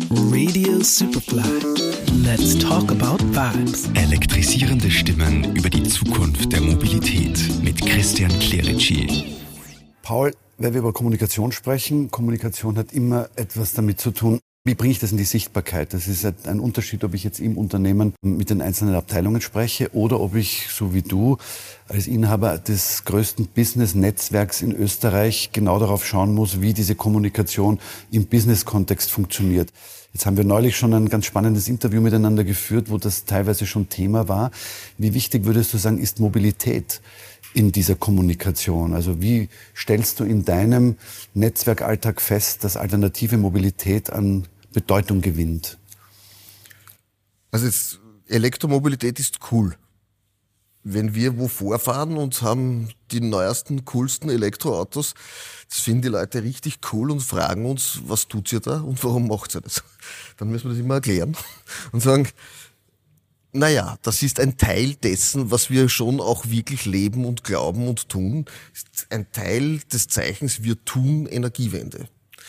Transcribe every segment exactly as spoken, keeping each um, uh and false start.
Radio Superfly. Let's talk about vibes. Elektrisierende Stimmen über die Zukunft der Mobilität mit Christian Clerici. Paul, wenn wir über Kommunikation sprechen, Kommunikation hat immer etwas damit zu tun, wie bringe ich das in die Sichtbarkeit? Das ist ein Unterschied, ob ich jetzt im Unternehmen mit den einzelnen Abteilungen spreche oder ob ich, so wie du, als Inhaber des größten Business-Netzwerks in Österreich genau darauf schauen muss, wie diese Kommunikation im Business-Kontext funktioniert. Jetzt haben wir neulich schon ein ganz spannendes Interview miteinander geführt, wo das teilweise schon Thema war. Wie wichtig würdest du sagen, ist Mobilität in dieser Kommunikation? Also wie stellst du in deinem Netzwerkalltag fest, dass alternative Mobilität an Bedeutung gewinnt? Also jetzt, Elektromobilität ist cool. Wenn wir wo vorfahren und haben die neuesten, coolsten Elektroautos, das finden die Leute richtig cool und fragen uns, was tut ihr da und warum macht ihr das? Dann müssen wir das immer erklären und sagen, naja, das ist ein Teil dessen, was wir schon auch wirklich leben und glauben und tun. Ist ein Teil des Zeichens, wir tun Energiewende.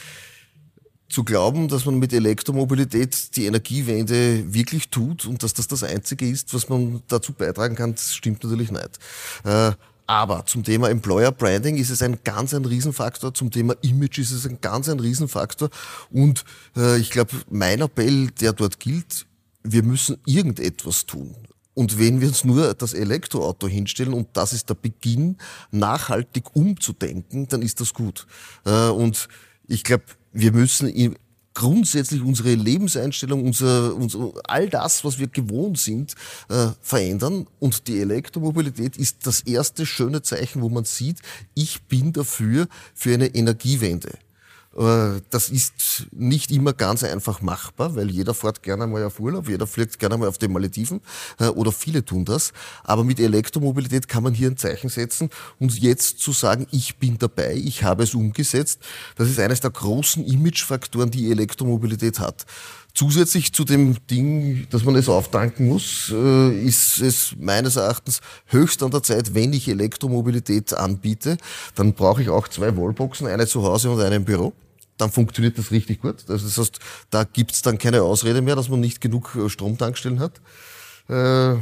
Zu glauben, dass man mit Elektromobilität die Energiewende wirklich tut und dass das das Einzige ist, was man dazu beitragen kann, das stimmt natürlich nicht. Aber zum Thema Employer Branding ist es ein ganz ein Riesenfaktor, zum Thema Image ist es ein ganz ein Riesenfaktor und ich glaube, mein Appell, der dort gilt, wir müssen irgendetwas tun. Und wenn wir uns nur das Elektroauto hinstellen und das ist der Beginn, nachhaltig umzudenken, dann ist das gut. Und ich glaube, wir müssen grundsätzlich unsere Lebenseinstellung, unser, unser, all das, was wir gewohnt sind, äh, verändern. Und die Elektromobilität ist das erste schöne Zeichen, wo man sieht, ich bin dafür, für eine Energiewende. Das ist nicht immer ganz einfach machbar, weil jeder fährt gerne mal auf Urlaub, jeder fliegt gerne mal auf den Malediven oder viele tun das. Aber mit Elektromobilität kann man hier ein Zeichen setzen und jetzt zu sagen, ich bin dabei, ich habe es umgesetzt, das ist eines der großen Imagefaktoren, die Elektromobilität hat. Zusätzlich zu dem Ding, dass man es auftanken muss, ist es meines Erachtens höchst an der Zeit, wenn ich Elektromobilität anbiete, dann brauche ich auch zwei Wallboxen, eine zu Hause und eine im Büro. Dann funktioniert das richtig gut. Das heißt, da gibt's dann keine Ausrede mehr, dass man nicht genug Stromtankstellen hat. Äh,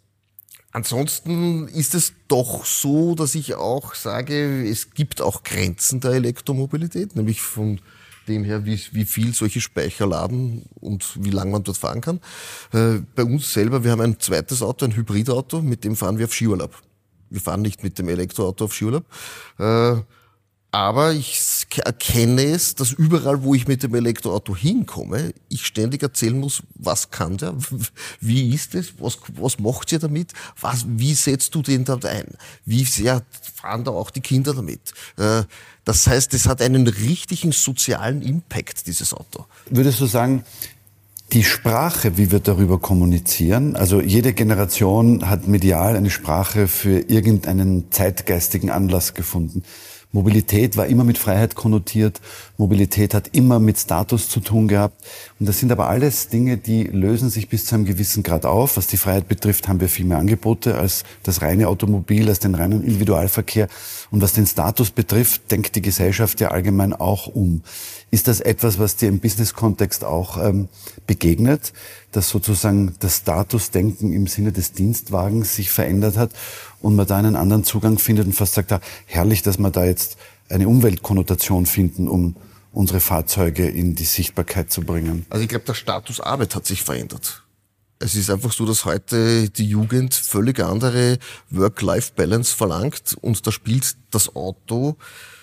ansonsten ist es doch so, dass ich auch sage, es gibt auch Grenzen der Elektromobilität, nämlich von dem her, wie, wie viel solche Speicher laden und wie lange man dort fahren kann. Äh, bei uns selber, wir haben ein zweites Auto, ein Hybridauto, mit dem fahren wir auf Skiurlaub. Wir fahren nicht mit dem Elektroauto auf Skiurlaub. Äh, aber ich erkenne es, dass überall, wo ich mit dem Elektroauto hinkomme, ich ständig erzählen muss, was kann der, wie ist es, was, was macht ihr damit, was, wie setzt du den dort ein, wie sehr fahren da auch die Kinder damit. Äh, Das heißt, es hat einen richtigen sozialen Impact, dieses Auto. Würdest du sagen, die Sprache, wie wir darüber kommunizieren, also jede Generation hat medial eine Sprache für irgendeinen zeitgeistigen Anlass gefunden. Mobilität war immer mit Freiheit konnotiert, Mobilität hat immer mit Status zu tun gehabt. Und das sind aber alles Dinge, die lösen sich bis zu einem gewissen Grad auf. Was die Freiheit betrifft, haben wir viel mehr Angebote als das reine Automobil, als den reinen Individualverkehr. Und was den Status betrifft, denkt die Gesellschaft ja allgemein auch um. Ist das etwas, was dir im Business-Kontext auch ähm, begegnet, dass sozusagen das Statusdenken im Sinne des Dienstwagens sich verändert hat und man da einen anderen Zugang findet und fast sagt, ah, herrlich, dass wir da jetzt eine Umweltkonnotation finden, um unsere Fahrzeuge in die Sichtbarkeit zu bringen? Also ich glaube, der Status Arbeit hat sich verändert. Es ist einfach so, dass heute die Jugend völlig andere Work-Life-Balance verlangt und da spielt das Auto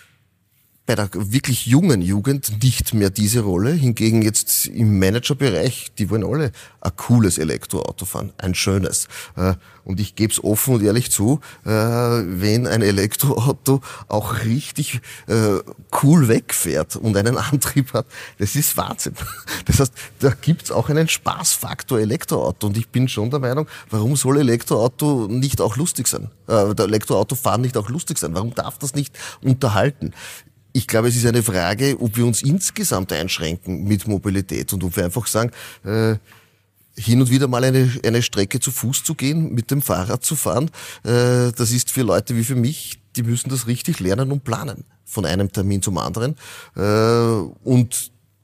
bei der wirklich jungen Jugend nicht mehr diese Rolle. Hingegen jetzt im Managerbereich, die wollen alle ein cooles Elektroauto fahren, ein schönes. Und ich gebe es offen und ehrlich zu, wenn ein Elektroauto auch richtig cool wegfährt und einen Antrieb hat, das ist Wahnsinn. Das heißt, da gibt's auch einen Spaßfaktor Elektroauto. Und ich bin schon der Meinung, warum soll Elektroauto nicht auch lustig sein? Äh, der Elektroautofahren nicht auch lustig sein? Warum darf das nicht unterhalten? Ich glaube, es ist eine Frage, ob wir uns insgesamt einschränken mit Mobilität und ob wir einfach sagen, äh, hin und wieder mal eine, eine Strecke zu Fuß zu gehen, mit dem Fahrrad zu fahren, äh, das ist für Leute wie für mich, die müssen das richtig lernen und planen, von einem Termin zum anderen. Äh, und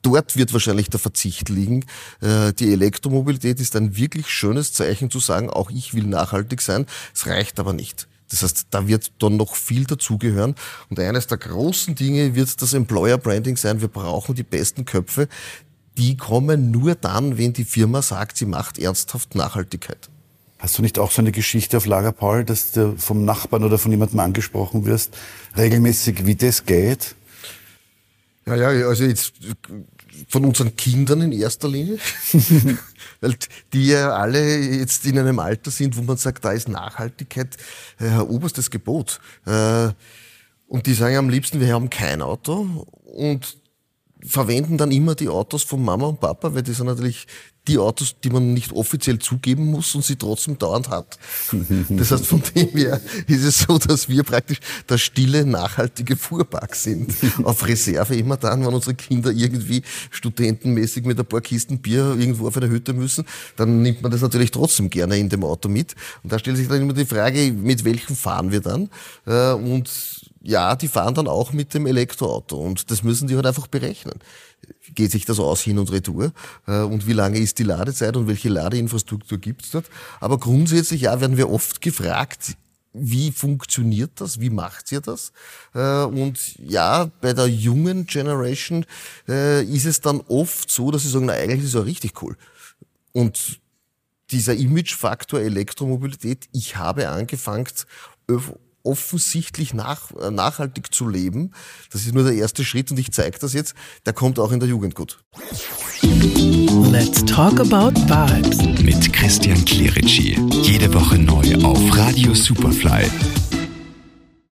dort wird wahrscheinlich der Verzicht liegen. Die Elektromobilität ist ein wirklich schönes Zeichen zu sagen, auch ich will nachhaltig sein. Es reicht aber nicht. Das heißt, da wird dann noch viel dazugehören. Und eines der großen Dinge wird das Employer Branding sein. Wir brauchen die besten Köpfe. Die kommen nur dann, wenn die Firma sagt, sie macht ernsthaft Nachhaltigkeit. Hast du nicht auch so eine Geschichte auf Lager, Paul, dass du vom Nachbarn oder von jemandem angesprochen wirst, regelmäßig, wie das geht? Ja, ja, also jetzt von unseren Kindern in erster Linie, weil die ja alle jetzt in einem Alter sind, wo man sagt, da ist Nachhaltigkeit äh, oberstes Gebot. Äh, und die sagen am liebsten, wir haben kein Auto und verwenden dann immer die Autos von Mama und Papa, weil die sind natürlich die Autos, die man nicht offiziell zugeben muss und sie trotzdem dauernd hat. Das heißt, von dem her ist es so, dass wir praktisch der stille, nachhaltige Fuhrpark sind. Auf Reserve immer dann, wenn unsere Kinder irgendwie studentenmäßig mit ein paar Kisten Bier irgendwo auf einer Hütte müssen, dann nimmt man das natürlich trotzdem gerne in dem Auto mit. Und da stellt sich dann immer die Frage, mit welchem fahren wir dann? Und ja, die fahren dann auch mit dem Elektroauto und das müssen die halt einfach berechnen. Geht sich das aus hin und retour? Und wie lange ist die Ladezeit und welche Ladeinfrastruktur gibt's dort? Aber grundsätzlich, ja, werden wir oft gefragt, wie funktioniert das? Wie macht ihr das? Und ja, bei der jungen Generation ist es dann oft so, dass sie sagen, na, eigentlich ist es ja richtig cool. Und dieser Imagefaktor Elektromobilität, ich habe angefangen, offensichtlich nach, nachhaltig zu leben. Das ist nur der erste Schritt und ich zeige das jetzt. Der kommt auch in der Jugend gut. Let's talk about vibes. Mit Christian Clerici. Jede Woche neu auf Radio Superfly.